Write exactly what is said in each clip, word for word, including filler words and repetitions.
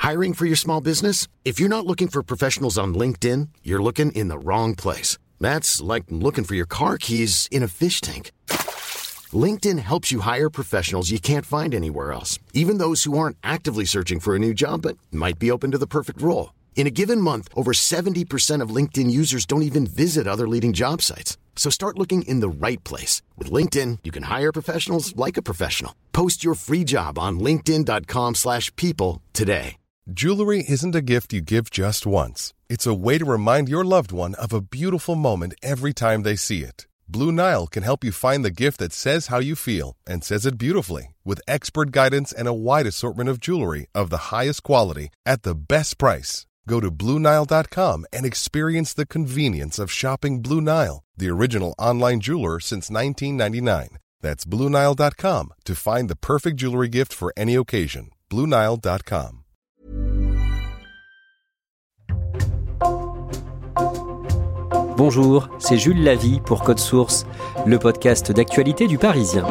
Hiring for your small business? If you're not looking for professionals on LinkedIn, you're looking in the wrong place. That's like looking for your car keys in a fish tank. LinkedIn helps you hire professionals you can't find anywhere else, even those who aren't actively searching for a new job but might be open to the perfect role. In a given month, over seventy percent of LinkedIn users don't even visit other leading job sites. So start looking in the right place. With LinkedIn, you can hire professionals like a professional. Post your free job on linkedin.com slash people today. Jewelry isn't a gift you give just once. It's a way to remind your loved one of a beautiful moment every time they see it. Blue Nile can help you find the gift that says how you feel and says it beautifully, with expert guidance and a wide assortment of jewelry of the highest quality at the best price. Go to Blue Nile dot com and experience the convenience of shopping Blue Nile, the original online jeweler since nineteen ninety-nine. That's Blue Nile dot com to find the perfect jewelry gift for any occasion. Blue Nile dot com. Bonjour, c'est Jules Lavie pour Code Source, le podcast d'actualité du Parisien.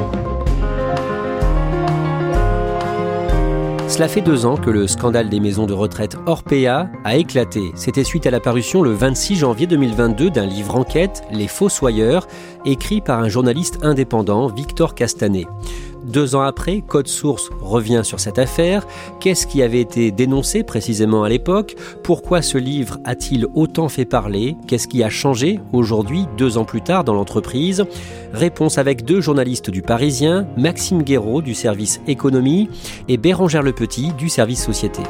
Cela fait deux ans que le scandale des maisons de retraite Orpea a éclaté. C'était suite à la parution le vingt-six janvier deux mille vingt-deux d'un livre enquête, Les Fossoyeurs, écrit par un journaliste indépendant, Victor Castanet. Deux ans après, Code Source revient sur cette affaire. Qu'est-ce qui avait été dénoncé précisément à l'époque ? Pourquoi ce livre a-t-il autant fait parler ? Qu'est-ce qui a changé aujourd'hui, deux ans plus tard, dans l'entreprise ? Réponse avec deux journalistes du Parisien, Maxime Guéraud du service économie et Bérangère Lepetit du service société.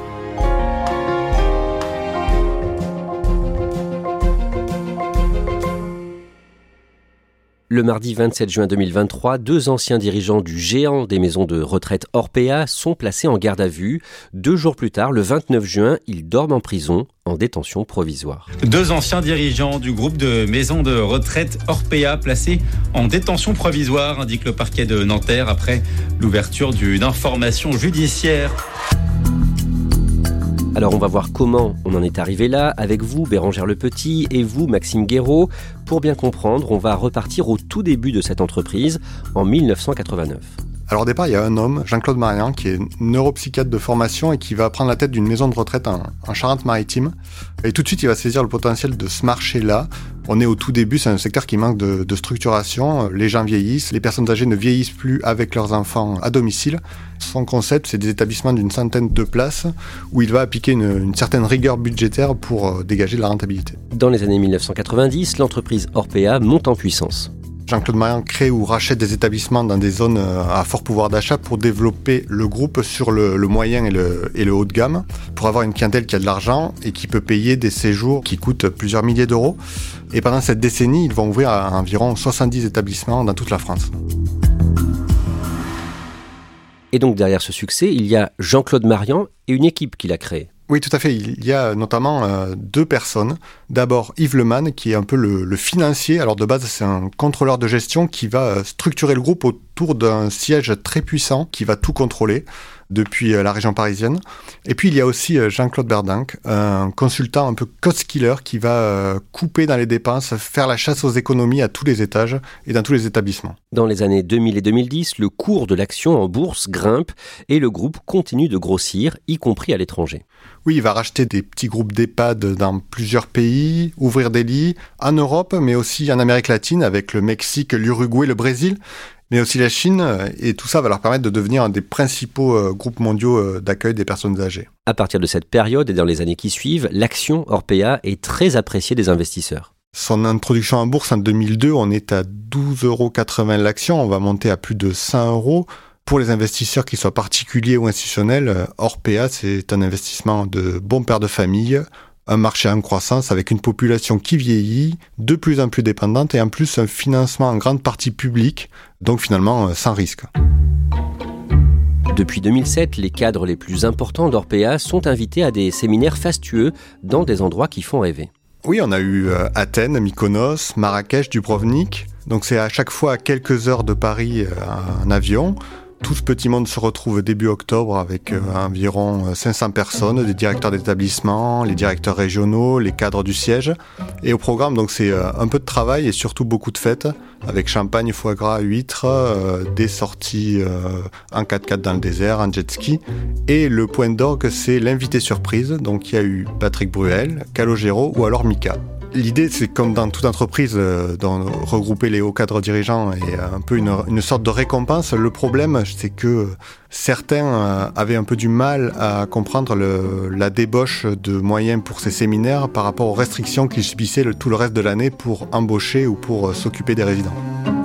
Le mardi vingt-sept juin deux mille vingt-trois, deux anciens dirigeants du géant des maisons de retraite Orpea sont placés en garde à vue. Deux jours plus tard, le vingt-neuf juin, ils dorment en prison, en détention provisoire. Deux anciens dirigeants du groupe de maisons de retraite Orpea placés en détention provisoire, indique le parquet de Nanterre après l'ouverture d'une information judiciaire. Alors on va voir comment on en est arrivé là, avec vous Bérangère Lepetit et vous Maxime Guéraud. Pour bien comprendre, on va repartir au tout début de cette entreprise, en dix-neuf cent quatre-vingt-neuf. Alors au départ, il y a un homme, Jean-Claude Marian, qui est neuropsychiatre de formation et qui va prendre la tête d'une maison de retraite en, en Charente-Maritime. Et tout de suite, il va saisir le potentiel de ce marché-là. On est au tout début, c'est un secteur qui manque de, de structuration. Les gens vieillissent, les personnes âgées ne vieillissent plus avec leurs enfants à domicile. Son concept, c'est des établissements d'une centaine de places où il va appliquer une, une certaine rigueur budgétaire pour euh, dégager de la rentabilité. Dans les années dix-neuf cent quatre-vingt-dix, l'entreprise Orpea monte en puissance. Jean-Claude Marian crée ou rachète des établissements dans des zones à fort pouvoir d'achat pour développer le groupe sur le, le moyen et le, et le haut de gamme, pour avoir une clientèle qui a de l'argent et qui peut payer des séjours qui coûtent plusieurs milliers d'euros. Et pendant cette décennie, ils vont ouvrir à environ soixante-dix établissements dans toute la France. Et donc derrière ce succès, il y a Jean-Claude Marian et une équipe qu'il a créée. Oui, tout à fait. Il y a notamment euh, deux personnes. D'abord, Yves Lemann, qui est un peu le, le financier. Alors de base, c'est un contrôleur de gestion qui va structurer le groupe autour d'un siège très puissant qui va tout contrôler depuis euh, la région parisienne. Et puis, il y a aussi euh, Jean-Claude Berdanck, un consultant un peu cost-killer qui va euh, couper dans les dépenses, faire la chasse aux économies à tous les étages et dans tous les établissements. Dans les années deux mille et deux mille dix, le cours de l'action en bourse grimpe et le groupe continue de grossir, y compris à l'étranger. Oui, il va racheter des petits groupes d'EHPAD dans plusieurs pays, ouvrir des lits en Europe, mais aussi en Amérique latine avec le Mexique, l'Uruguay, le Brésil, mais aussi la Chine. Et tout ça va leur permettre de devenir un des principaux groupes mondiaux d'accueil des personnes âgées. À partir de cette période et dans les années qui suivent, l'action Orpea est très appréciée des investisseurs. Son introduction en bourse en deux mille deux, on est à douze euros quatre-vingts l'action, on va monter à plus de cent euros. Pour les investisseurs, qu'ils soient particuliers ou institutionnels, Orpea, c'est un investissement de bon père de famille, un marché en croissance avec une population qui vieillit, de plus en plus dépendante et en plus un financement en grande partie public, donc finalement sans risque. Depuis deux mille sept, les cadres les plus importants d'Orpea sont invités à des séminaires fastueux dans des endroits qui font rêver. Oui, on a eu euh, Athènes, Mykonos, Marrakech, Dubrovnik. Donc c'est à chaque fois à quelques heures de Paris euh, en avion. Tout ce petit monde se retrouve début octobre avec euh, environ cinq cents personnes, des directeurs d'établissement, les directeurs régionaux, les cadres du siège. Et au programme, donc, c'est euh, un peu de travail et surtout beaucoup de fêtes, avec champagne, foie gras, huîtres, euh, des sorties euh, en quatre-quatre dans le désert, en jet ski. Et le point d'orgue, c'est l'invité surprise. Donc il y a eu Patrick Bruel, Calogero ou alors Mika. L'idée, c'est comme dans toute entreprise, euh, de regrouper les hauts cadres dirigeants et un peu une, une sorte de récompense. Le problème, c'est que certains euh, avaient un peu du mal à comprendre le, la débauche de moyens pour ces séminaires par rapport aux restrictions qu'ils subissaient le, tout le reste de l'année pour embaucher ou pour euh, s'occuper des résidents.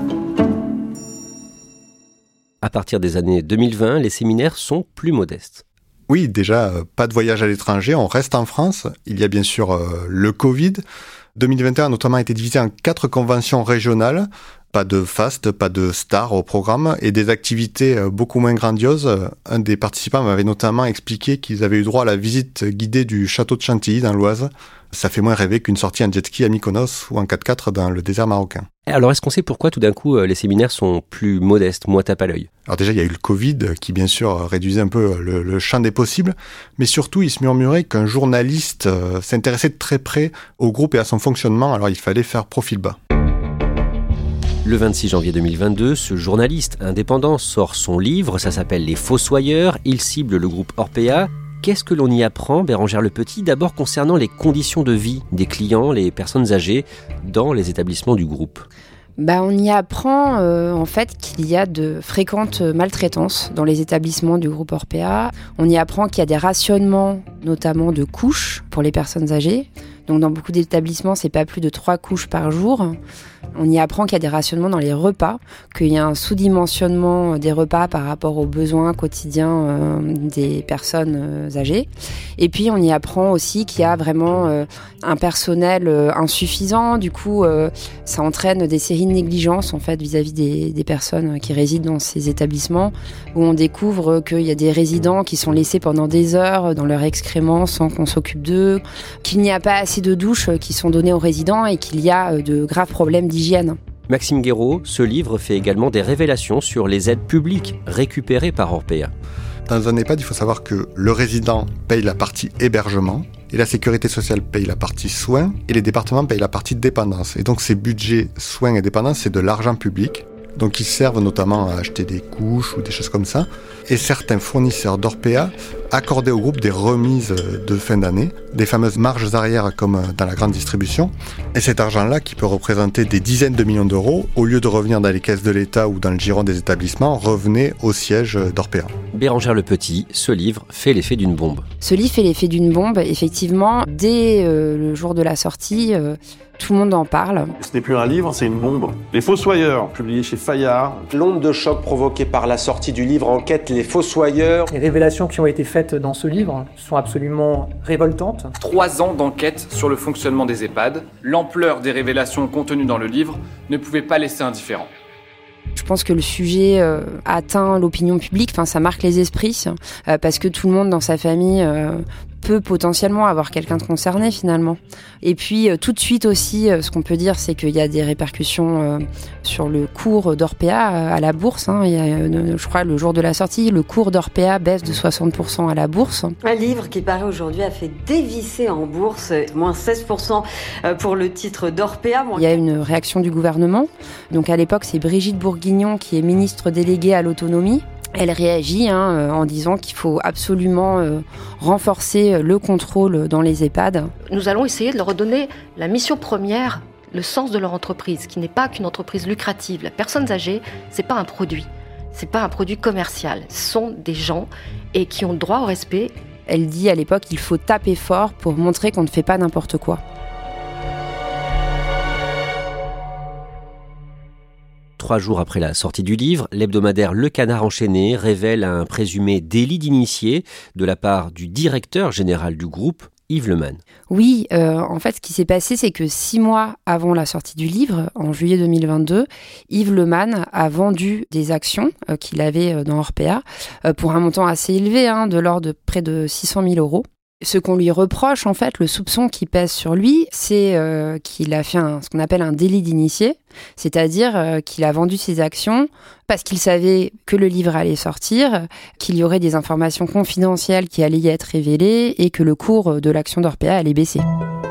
À partir des années deux mille vingt, les séminaires sont plus modestes. Oui, déjà, euh, pas de voyage à l'étranger, on reste en France. Il y a bien sûr euh, le Covid. deux mille vingt et un a notamment été divisé en quatre conventions régionales. Pas de fast, pas de stars au programme et des activités euh, beaucoup moins grandioses. Un des participants m'avait notamment expliqué qu'ils avaient eu droit à la visite guidée du château de Chantilly dans l'Oise. Ça fait moins rêver qu'une sortie en jet ski à Mykonos ou en quatre-quatre dans le désert marocain. Alors, est-ce qu'on sait pourquoi tout d'un coup les séminaires sont plus modestes, moins tape à l'œil ? Alors déjà, il y a eu le Covid qui, bien sûr, réduisait un peu le, le champ des possibles, mais surtout, il se murmurait qu'un journaliste euh, s'intéressait de très près au groupe et à son fonctionnement, alors il fallait faire profil bas. Le vingt-six janvier deux mille vingt-deux, ce journaliste indépendant sort son livre, ça s'appelle « Les Fossoyeurs », il cible le groupe Orpea. Qu'est-ce que l'on y apprend, Bérangère Lepetit, d'abord concernant les conditions de vie des clients, les personnes âgées, dans les établissements du groupe ? Bah, on y apprend euh, en fait qu'il y a de fréquentes maltraitances dans les établissements du groupe Orpea. On y apprend qu'il y a des rationnements, notamment de couches pour les personnes âgées. Donc dans beaucoup d'établissements, c'est pas plus de trois couches par jour. On y apprend qu'il y a des rationnements dans les repas, qu'il y a un sous-dimensionnement des repas par rapport aux besoins quotidiens euh, des personnes euh, âgées. Et puis on y apprend aussi qu'il y a vraiment euh, un personnel euh, insuffisant. Du coup, euh, ça entraîne des séries de négligences en fait vis-à-vis des, des personnes qui résident dans ces établissements, où on découvre qu'il y a des résidents qui sont laissés pendant des heures dans leurs excréments sans qu'on s'occupe d'eux, qu'il n'y a pas assez de douches qui sont données aux résidents et qu'il y a de graves problèmes d'hygiène. Maxime Guéraud, ce livre fait également des révélations sur les aides publiques récupérées par Orpea. Dans un EHPAD, il faut savoir que le résident paye la partie hébergement et la sécurité sociale paye la partie soins et les départements payent la partie dépendance. Et donc ces budgets soins et dépendance, c'est de l'argent public. Donc ils servent notamment à acheter des couches ou des choses comme ça. Et certains fournisseurs d'Orpea accordaient au groupe des remises de fin d'année, des fameuses marges arrière comme dans la grande distribution. Et cet argent-là, qui peut représenter des dizaines de millions d'euros, au lieu de revenir dans les caisses de l'État ou dans le giron des établissements, revenait au siège d'Orpea. Bérangère Lepetit, ce livre fait l'effet d'une bombe. Ce livre fait l'effet d'une bombe, effectivement. Dès euh, le jour de la sortie, euh, tout le monde en parle. Ce n'est plus un livre, c'est une bombe. Les Fossoyeurs, publié chez Fayard. L'onde de choc provoquée par la sortie du livre Enquête Les Fossoyeurs. Les révélations qui ont été faites dans ce livre sont absolument révoltantes. Trois ans d'enquête sur le fonctionnement des EHPAD. L'ampleur des révélations contenues dans le livre ne pouvait pas laisser indifférent. Je pense que le sujet euh, atteint l'opinion publique, enfin ça marque les esprits, euh, parce que tout le monde dans sa famille euh, peut potentiellement avoir quelqu'un de concerné finalement. Et puis euh, tout de suite aussi, euh, ce qu'on peut dire, c'est qu'il y a des répercussions euh, sur le cours d'Orpea euh, à la bourse. Hein. Il y a, euh, je crois, le jour de la sortie, le cours d'Orpea baisse de soixante pour cent à la bourse. Un livre qui paraît aujourd'hui a fait dévisser en bourse, moins seize pour cent pour le titre d'Orpea. Il y a une réaction du gouvernement. Donc à l'époque, c'est Brigitte Bourguignon qui est ministre déléguée à l'autonomie. Elle réagit hein, en disant qu'il faut absolument euh, renforcer le contrôle dans les EHPAD. Nous allons essayer de leur redonner la mission première, le sens de leur entreprise, qui n'est pas qu'une entreprise lucrative. Les personnes âgées, c'est pas un produit, c'est pas un produit commercial. Ce sont des gens et qui ont droit au respect. Elle dit à l'époque qu'il faut taper fort pour montrer qu'on ne fait pas n'importe quoi. Trois jours après la sortie du livre, l'hebdomadaire Le Canard enchaîné révèle un présumé délit d'initié de la part du directeur général du groupe, Yves Lemann. Oui, euh, en fait, ce qui s'est passé, c'est que six mois avant la sortie du livre, en juillet deux mille vingt-deux, Yves Lemann a vendu des actions euh, qu'il avait dans Orpea euh, pour un montant assez élevé, hein, de l'ordre de près de six cent mille euros. Ce qu'on lui reproche, en fait, le soupçon qui pèse sur lui, c'est euh, qu'il a fait un, ce qu'on appelle un délit d'initié, c'est-à-dire euh, qu'il a vendu ses actions parce qu'il savait que le livre allait sortir, qu'il y aurait des informations confidentielles qui allaient y être révélées et que le cours de l'action d'Orpea allait baisser.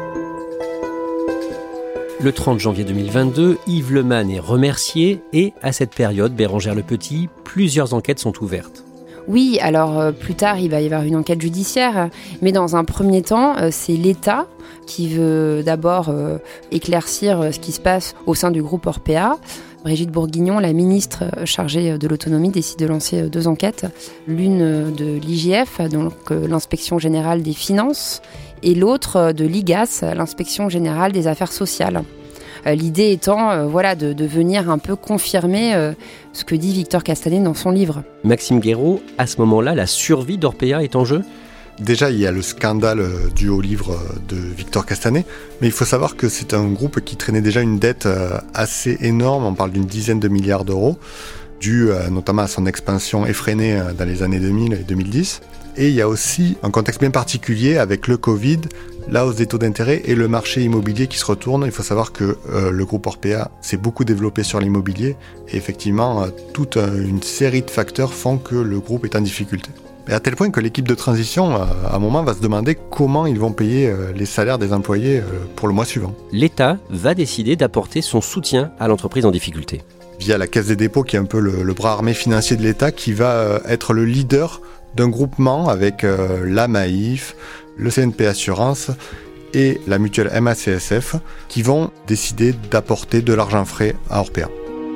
Le trente janvier deux mille vingt-deux, Yves Lemann est remercié et, à cette période, Bérengère Lepetit, plusieurs enquêtes sont ouvertes. Oui, alors euh, plus tard, il va y avoir une enquête judiciaire, mais dans un premier temps, euh, c'est l'État qui veut d'abord euh, éclaircir euh, ce qui se passe au sein du groupe Orpea. Brigitte Bourguignon, la ministre chargée de l'autonomie, décide de lancer euh, deux enquêtes. L'une euh, de l'I G F, donc euh, l'Inspection Générale des Finances, et l'autre euh, de l'I G A S, l'Inspection Générale des Affaires Sociales. L'idée étant euh, voilà, de, de venir un peu confirmer euh, ce que dit Victor Castanet dans son livre. Maxime Guéraud, à ce moment-là, la survie d'Orpea est en jeu ? Déjà, il y a le scandale euh, dû au livre de Victor Castanet, mais il faut savoir que c'est un groupe qui traînait déjà une dette euh, assez énorme, on parle d'une dizaine de milliards d'euros, due euh, notamment à son expansion effrénée euh, dans les années deux mille et deux mille dix. Et il y a aussi un contexte bien particulier avec le Covid, la hausse des taux d'intérêt et le marché immobilier qui se retourne. Il faut savoir que euh, le groupe Orpea s'est beaucoup développé sur l'immobilier et effectivement, euh, toute euh, une série de facteurs font que le groupe est en difficulté. Et à tel point que l'équipe de transition, euh, à un moment, va se demander comment ils vont payer euh, les salaires des employés euh, pour le mois suivant. L'État va décider d'apporter son soutien à l'entreprise en difficulté. Via la Caisse des dépôts, qui est un peu le, le bras armé financier de l'État, qui va euh, être le leader d'un groupement avec euh, la Maïf, le C N P Assurance et la mutuelle M A C S F qui vont décider d'apporter de l'argent frais à Orpea.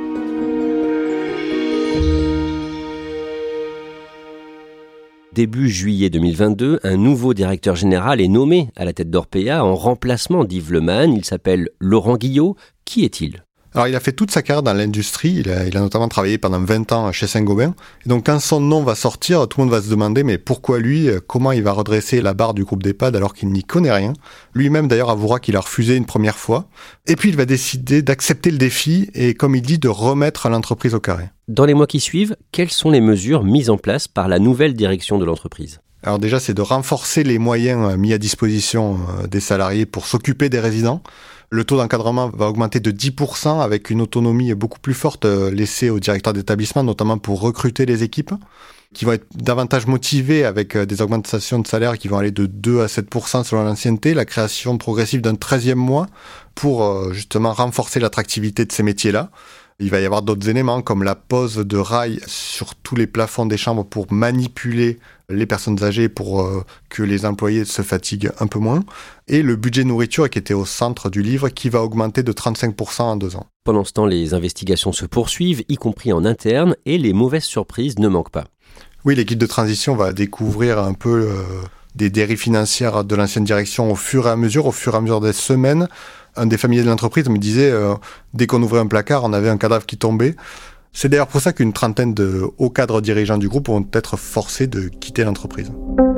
Début juillet deux mille vingt-deux, un nouveau directeur général est nommé à la tête d'Orpea en remplacement d'Yves Lemann. Il s'appelle Laurent Guillot. Qui est-il ? Alors, il a fait toute sa carrière dans l'industrie. Il a, il a notamment travaillé pendant vingt ans chez Saint-Gobain. Et donc, quand son nom va sortir, tout le monde va se demander, mais pourquoi lui ? Comment il va redresser la barre du groupe d'EHPAD alors qu'il n'y connaît rien ? Lui-même, d'ailleurs, avouera qu'il a refusé une première fois. Et puis, il va décider d'accepter le défi et, comme il dit, de remettre l'entreprise au carré. Dans les mois qui suivent, quelles sont les mesures mises en place par la nouvelle direction de l'entreprise ? Alors déjà, c'est de renforcer les moyens mis à disposition des salariés pour s'occuper des résidents. Le taux d'encadrement va augmenter de dix pour cent avec une autonomie beaucoup plus forte laissée aux directeurs d'établissement, notamment pour recruter les équipes, qui vont être davantage motivés avec des augmentations de salaire qui vont aller de deux à sept pour cent selon l'ancienneté, la création progressive d'un treizième mois pour justement renforcer l'attractivité de ces métiers-là. Il va y avoir d'autres éléments comme la pose de rails sur tous les plafonds des chambres pour manipuler les personnes âgées pour euh, que les employés se fatiguent un peu moins. Et le budget nourriture qui était au centre du livre qui va augmenter de trente-cinq pour cent en deux ans. Pendant ce temps, les investigations se poursuivent, y compris en interne, et les mauvaises surprises ne manquent pas. Oui, l'équipe de transition va découvrir un peu euh, des dérives financières de l'ancienne direction au fur et à mesure, au fur et à mesure des semaines. Un des familiers de l'entreprise me disait, euh, dès qu'on ouvrait un placard, on avait un cadavre qui tombait. C'est d'ailleurs pour ça qu'une trentaine de hauts cadres dirigeants du groupe vont être forcés de quitter l'entreprise.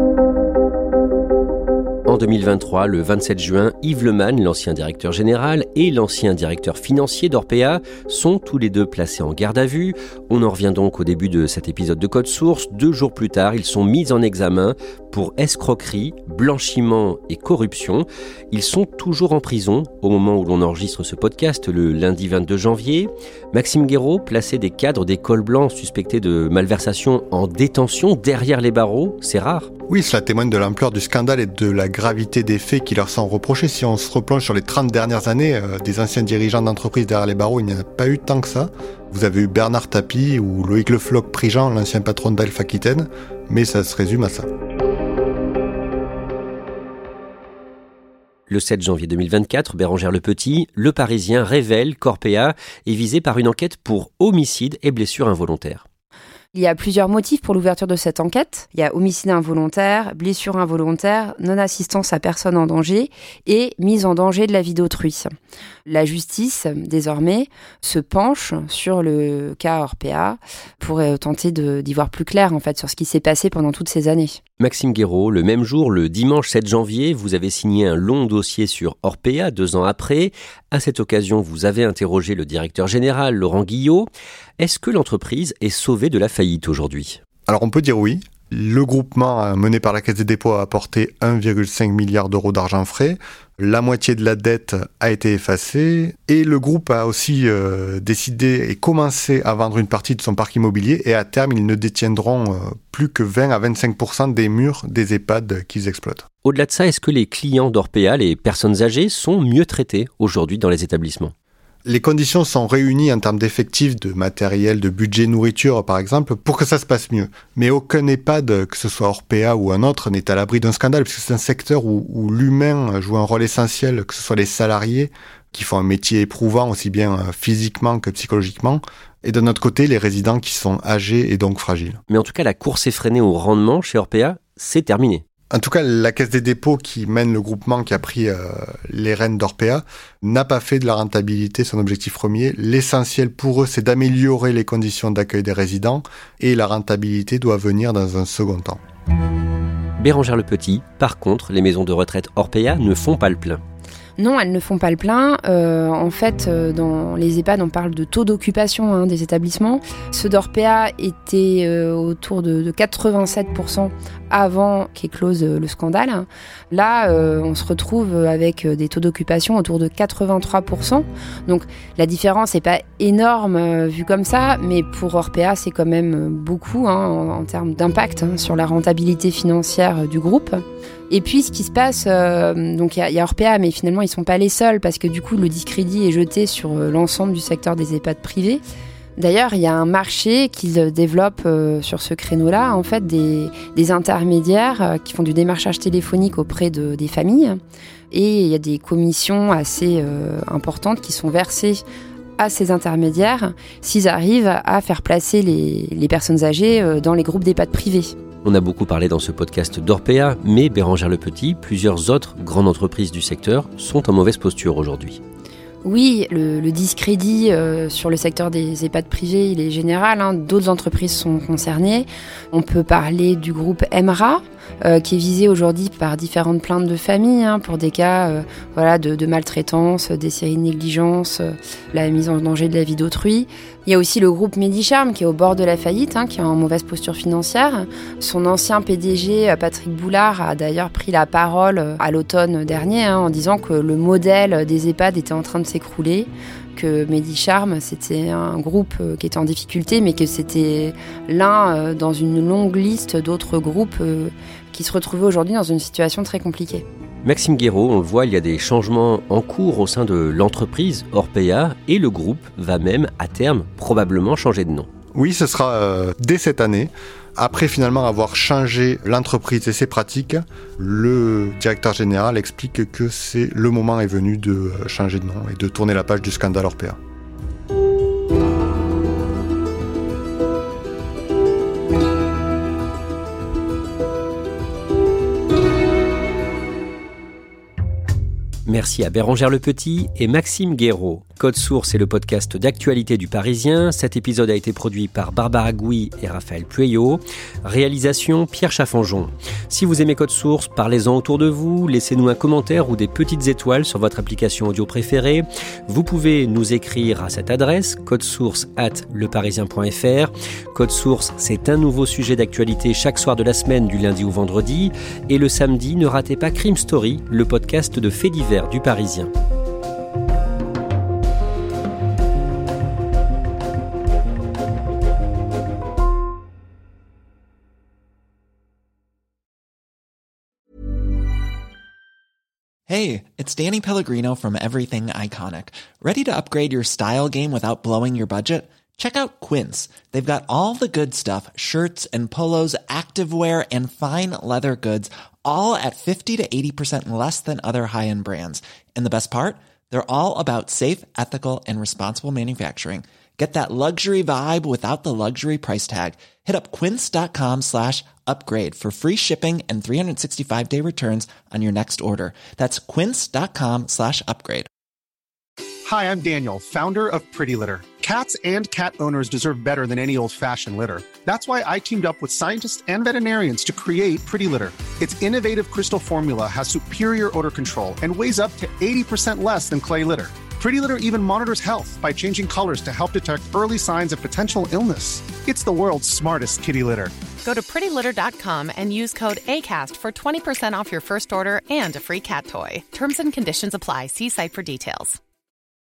En deux mille vingt-trois, le vingt-sept juin, Yves Lemann, l'ancien directeur général, et l'ancien directeur financier d'Orpea sont tous les deux placés en garde à vue. On en revient donc au début de cet épisode de Code Source. Deux jours plus tard, ils sont mis en examen pour escroquerie, blanchiment et corruption. Ils sont toujours en prison au moment où l'on enregistre ce podcast, le lundi vingt-deux janvier. Maxime Guéraud plaçait des cadres des cols blancs suspectés de malversation en détention derrière les barreaux. C'est rare. Oui, cela témoigne de l'ampleur du scandale et de la gravité des faits qui leur sont reprochés. Si on se replonge sur les trente dernières années, euh, des anciens dirigeants d'entreprise derrière les barreaux, il n'y en a pas eu tant que ça. Vous avez eu Bernard Tapie ou Loïc Le Floch-Prigent, l'ancien patron d'Alpha Aquitaine, mais ça se résume à ça. Le sept janvier deux mille vingt-quatre, Bérengère Lepetit, Le Parisien révèle qu'Orpea est visé par une enquête pour homicide et blessure involontaire. Il y a plusieurs motifs pour l'ouverture de cette enquête. Il y a homicide involontaire, blessure involontaire, non-assistance à personne en danger et mise en danger de la vie d'autrui. La justice, désormais, se penche sur le cas Orpea pour tenter de, d'y voir plus clair en fait, sur ce qui s'est passé pendant toutes ces années. Maxime Guéraud, le même jour, le dimanche sept janvier, vous avez signé un long dossier sur Orpea, deux ans après. À cette occasion, vous avez interrogé le directeur général, Laurent Guillot. Est-ce que l'entreprise est sauvée de la faillite aujourd'hui ? Alors on peut dire oui. Le groupement mené par la Caisse des dépôts a apporté un virgule cinq milliard d'euros d'argent frais. La moitié de la dette a été effacée et le groupe a aussi euh, décidé et commencé à vendre une partie de son parc immobilier et à terme, ils ne détiendront euh, plus que vingt à vingt-cinq pour cent des murs des EHPAD qu'ils exploitent. Au-delà de ça, est-ce que les clients d'Orpea, les personnes âgées, sont mieux traités aujourd'hui dans les établissements ? Les conditions sont réunies en termes d'effectifs, de matériel, de budget nourriture par exemple, pour que ça se passe mieux. Mais aucun EHPAD, que ce soit Orpea ou un autre, n'est à l'abri d'un scandale, puisque c'est un secteur où, où l'humain joue un rôle essentiel, que ce soit les salariés, qui font un métier éprouvant aussi bien physiquement que psychologiquement, et d'un autre côté, les résidents qui sont âgés et donc fragiles. Mais en tout cas, la course effrénée au rendement chez Orpea, c'est terminé. En tout cas, la Caisse des dépôts qui mène le groupement qui a pris euh, les rênes d'Orpea n'a pas fait de la rentabilité son objectif premier. L'essentiel pour eux, c'est d'améliorer les conditions d'accueil des résidents et la rentabilité doit venir dans un second temps. Bérangère Lepetit, par contre, les maisons de retraite Orpea ne font pas le plein. Non, elles ne font pas le plein. Euh, en fait, euh, dans les EHPAD, on parle de taux d'occupation hein, des établissements. Ceux d'Orpea étaient euh, autour de, de quatre-vingt-sept pour cent avant qu'éclose le scandale. Là, euh, on se retrouve avec des taux d'occupation autour de quatre-vingt-trois pour cent. Donc, la différence n'est pas énorme euh, vue comme ça, mais pour Orpea, c'est quand même beaucoup hein, en, en termes d'impact hein, sur la rentabilité financière du groupe. Et puis, ce qui se passe, euh, donc il y, y a Orpea, mais finalement, ils ne sont pas les seuls, parce que du coup, le discrédit est jeté sur euh, l'ensemble du secteur des EHPAD privés. D'ailleurs, il y a un marché qu'ils développent euh, sur ce créneau-là, en fait, des, des intermédiaires euh, qui font du démarchage téléphonique auprès de, des familles. Et il y a des commissions assez euh, importantes qui sont versées à ces intermédiaires s'ils arrivent à faire placer les, les personnes âgées euh, dans les groupes d'EHPAD privés. On a beaucoup parlé dans ce podcast d'Orpea, mais Bérangère Lepetit, plusieurs autres grandes entreprises du secteur sont en mauvaise posture aujourd'hui. Oui, le, le discrédit euh, sur le secteur des EHPAD privés, il est général. Hein. D'autres entreprises sont concernées. On peut parler du groupe Emra, euh, qui est visé aujourd'hui par différentes plaintes de familles hein, pour des cas euh, voilà, de, de maltraitance, des séries de négligence, euh, la mise en danger de la vie d'autrui. Il y a aussi le groupe Medicharm qui est au bord de la faillite, hein, qui est en mauvaise posture financière. Son ancien P D G, Patrick Boulard, a d'ailleurs pris la parole à l'automne dernier hein, en disant que le modèle des EHPAD était en train de s'écrouler, que Medicharm, c'était un groupe qui était en difficulté, mais que c'était l'un dans une longue liste d'autres groupes qui se retrouvaient aujourd'hui dans une situation très compliquée. Maxime Guéraud, on le voit, il y a des changements en cours au sein de l'entreprise Orpea et le groupe va même, à terme, probablement changer de nom. Oui, ce sera euh, dès cette année. Après finalement avoir changé l'entreprise et ses pratiques, le directeur général explique que c'est le moment est venu de changer de nom et de tourner la page du scandale Orpea. Merci à Bérangère Lepetit et Maxime Guéraud. Code Source est le podcast d'actualité du Parisien. Cet épisode a été produit par Barbara Gouy et Raphaël Pueyo. Réalisation Pierre Chaffanjon. Si vous aimez Code Source, parlez-en autour de vous, laissez-nous un commentaire ou des petites étoiles sur votre application audio préférée. Vous pouvez nous écrire à cette adresse, codesource arobase leparisien point fr. Code Source, c'est un nouveau sujet d'actualité chaque soir de la semaine du lundi au vendredi. Et le samedi, ne ratez pas Crime Story, le podcast de faits divers du Parisien. Hey, it's Danny Pellegrino from Everything Iconic. Ready to upgrade your style game without blowing your budget? Check out Quince. They've got all the good stuff, shirts and polos, activewear, and fine leather goods, all at fifty to eighty percent less than other high-end brands. And the best part? They're all about safe, ethical, and responsible manufacturing. Get that luxury vibe without the luxury price tag. Hit up quince.com slash upgrade for free shipping and three sixty-five day returns on your next order. That's quince.com slash upgrade. Hi, I'm Daniel, founder of Pretty Litter. Cats and cat owners deserve better than any old-fashioned litter. That's why I teamed up with scientists and veterinarians to create Pretty Litter. Its innovative crystal formula has superior odor control and weighs up to eighty percent less than clay litter. Pretty Litter even monitors health by changing colors to help detect early signs of potential illness. It's the world's smartest kitty litter. Go to pretty litter dot com and use code ACAST for twenty percent off your first order and a free cat toy. Terms and conditions apply. See site for details.